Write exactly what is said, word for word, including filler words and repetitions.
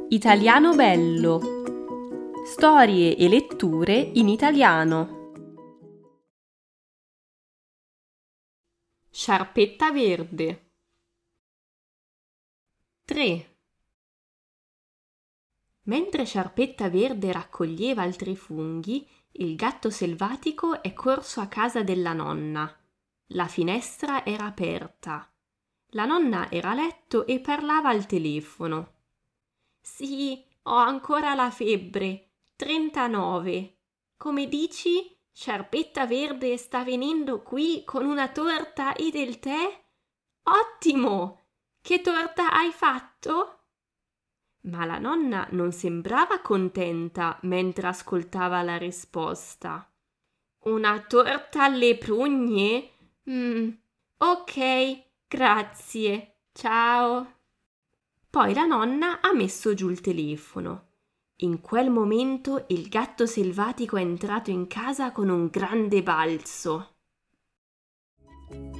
Italiano bello. Storie e letture in italiano. Sciarpetta verde. tre. Mentre Sciarpetta verde raccoglieva altri funghi, il gatto selvatico è corso a casa della nonna. La finestra era aperta. La nonna era a letto e parlava al telefono. Sì, ho ancora la febbre, trentanove. Come dici, Sciarpetta verde sta venendo qui con una torta e del tè? Ottimo! Che torta hai fatto? Ma la nonna non sembrava contenta mentre ascoltava la risposta. Una torta alle prugne? Mm, ok, grazie, ciao. Poi la nonna ha messo giù il telefono. In quel momento il gatto selvatico è entrato in casa con un grande balzo.